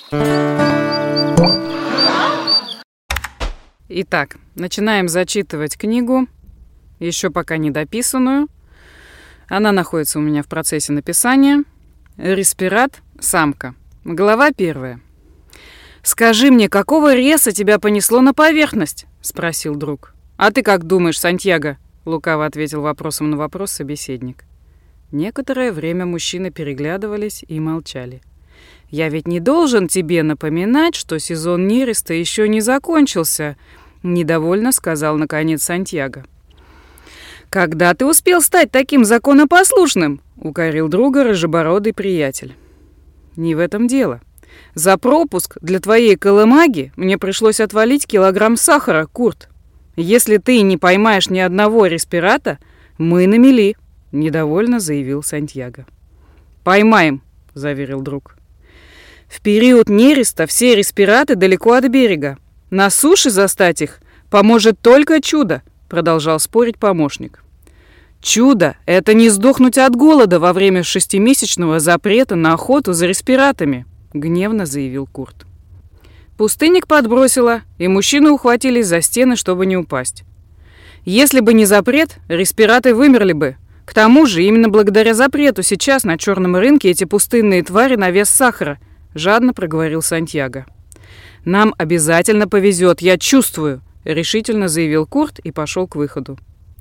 Итак, начинаем зачитывать книгу, еще пока не дописанную. Она находится у меня в процессе написания. «Респират. Самка». Глава 1. «Скажи мне, какого реса тебя понесло на поверхность?» — спросил друг. «А ты как думаешь, Сантьяго?» — лукаво ответил вопросом на вопрос собеседник. Некоторое время мужчины переглядывались и молчали. «Я ведь не должен тебе напоминать, что сезон нереста еще не закончился», — недовольно сказал наконец Сантьяго. «Когда ты успел стать таким законопослушным?» — укорил друга рыжебородый приятель. «Не в этом дело. За пропуск для твоей колымаги мне пришлось отвалить килограмм сахара, Курт. Если ты не поймаешь ни одного респирата, мы на мели», — недовольно заявил Сантьяго. «Поймаем», — заверил друг. «В период нереста все респираты далеко от берега. На суше застать их поможет только чудо», — продолжал спорить помощник. «Чудо — это не сдохнуть от голода во время 6-месячного запрета на охоту за респиратами», — гневно заявил Курт. Пустынник подбросило, и мужчины ухватились за стены, чтобы не упасть. Если бы не запрет, респираты вымерли бы. К тому же, именно благодаря запрету сейчас на черном рынке эти пустынные твари на вес сахара, жадно проговорил Сантьяго. «Нам обязательно повезет, я чувствую», — решительно заявил Курт и пошел к выходу.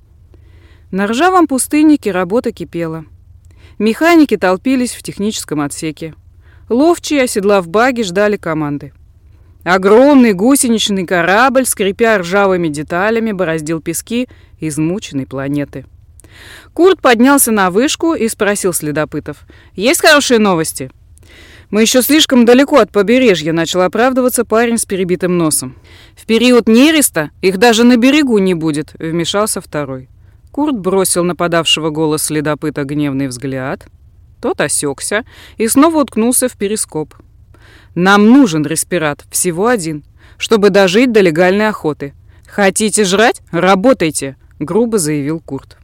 На ржавом пустыннике работа кипела. Механики толпились в техническом отсеке. Ловчие, оседлав баги, ждали команды. Огромный гусеничный корабль, скрипя ржавыми деталями, бороздил пески измученной планеты. Курт поднялся на вышку и спросил следопытов: «Есть хорошие новости?» «Мы еще слишком далеко от побережья», — начал оправдываться парень с перебитым носом. «В период нереста их даже на берегу не будет», — вмешался второй. Курт бросил на подавшего голос следопыта гневный взгляд. Тот осекся и снова уткнулся в перископ. «Нам нужен респират, всего один, чтобы дожить до легальной охоты. Хотите жрать? Работайте», — грубо заявил Курт.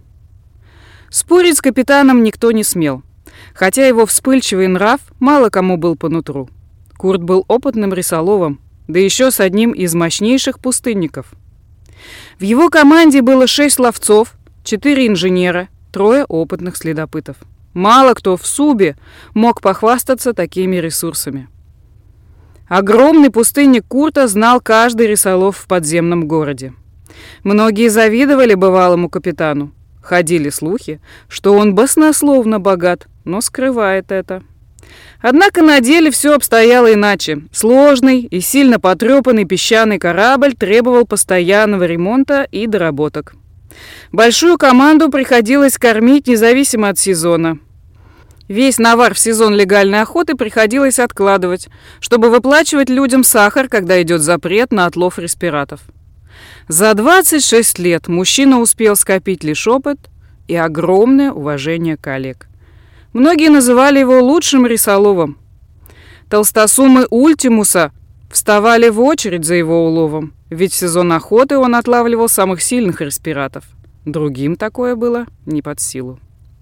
Спорить с капитаном никто не смел, хотя его вспыльчивый нрав мало кому был по нутру. Курт был опытным рисоловом, да еще с одним из мощнейших пустынников. В его команде было 6 ловцов, 4 инженера, 3 опытных следопытов. Мало кто в Субе мог похвастаться такими ресурсами. Огромный пустынник Курта знал каждый рисолов в подземном городе. Многие завидовали бывалому капитану. Ходили слухи, что он баснословно богат, но скрывает это. Однако на деле все обстояло иначе. Сложный и сильно потрепанный песчаный корабль требовал постоянного ремонта и доработок. Большую команду приходилось кормить независимо от сезона. Весь навар в сезон легальной охоты приходилось откладывать, чтобы выплачивать людям сахар, когда идет запрет на отлов респиратов. За 26 лет мужчина успел скопить лишь опыт и огромное уважение коллег. Многие называли его лучшим рисоловом. Толстосумы Ультимуса вставали в очередь за его уловом, ведь в сезон охоты он отлавливал самых сильных респиратов. Другим такое было не под силу.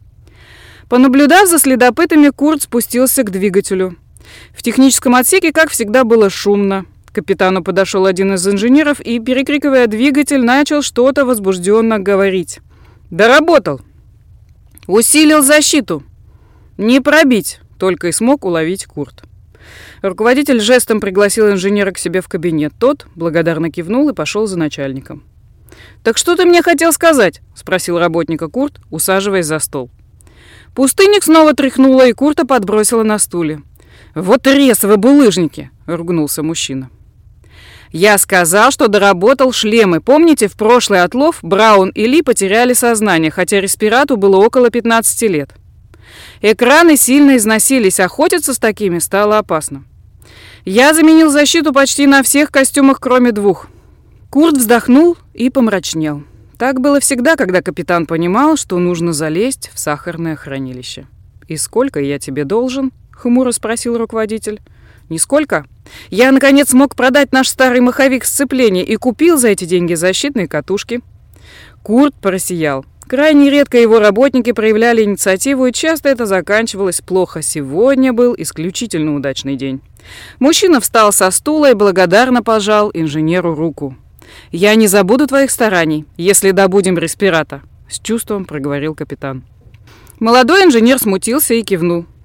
Понаблюдав за следопытами, Курт спустился к двигателю. В техническом отсеке, как всегда, было шумно. К капитану подошел один из инженеров и, перекрикивая двигатель, начал что-то возбужденно говорить. «Доработал! Усилил защиту! Не пробить!» — только и смог уловить Курт. Руководитель жестом пригласил инженера к себе в кабинет. Тот благодарно кивнул и пошел за начальником. «Так что ты мне хотел сказать?» — спросил работника Курт, усаживаясь за стол. Пустынник снова тряхнула, и Курта подбросила на стуле. «Вот ресовы булыжники!» — ругнулся мужчина. «Я сказал, что доработал шлемы. Помните, в прошлый отлов Браун и Ли потеряли сознание, хотя респирату было около 15 лет. Экраны сильно износились, охотиться с такими стало опасно. Я заменил защиту почти на всех костюмах, кроме 2. Курт вздохнул и помрачнел. Так было всегда, когда капитан понимал, что нужно залезть в сахарное хранилище. «И сколько я тебе должен?» — хмуро спросил руководитель. «Нисколько. Я, наконец, смог продать наш старый маховик сцепления и купил за эти деньги защитные катушки». Курт просиял. Крайне редко его работники проявляли инициативу, и часто это заканчивалось плохо. Сегодня был исключительно удачный день. Мужчина встал со стула и благодарно пожал инженеру руку. «Я не забуду твоих стараний, если добудем респиратор», — с чувством проговорил капитан. Молодой инженер смутился и кивнул.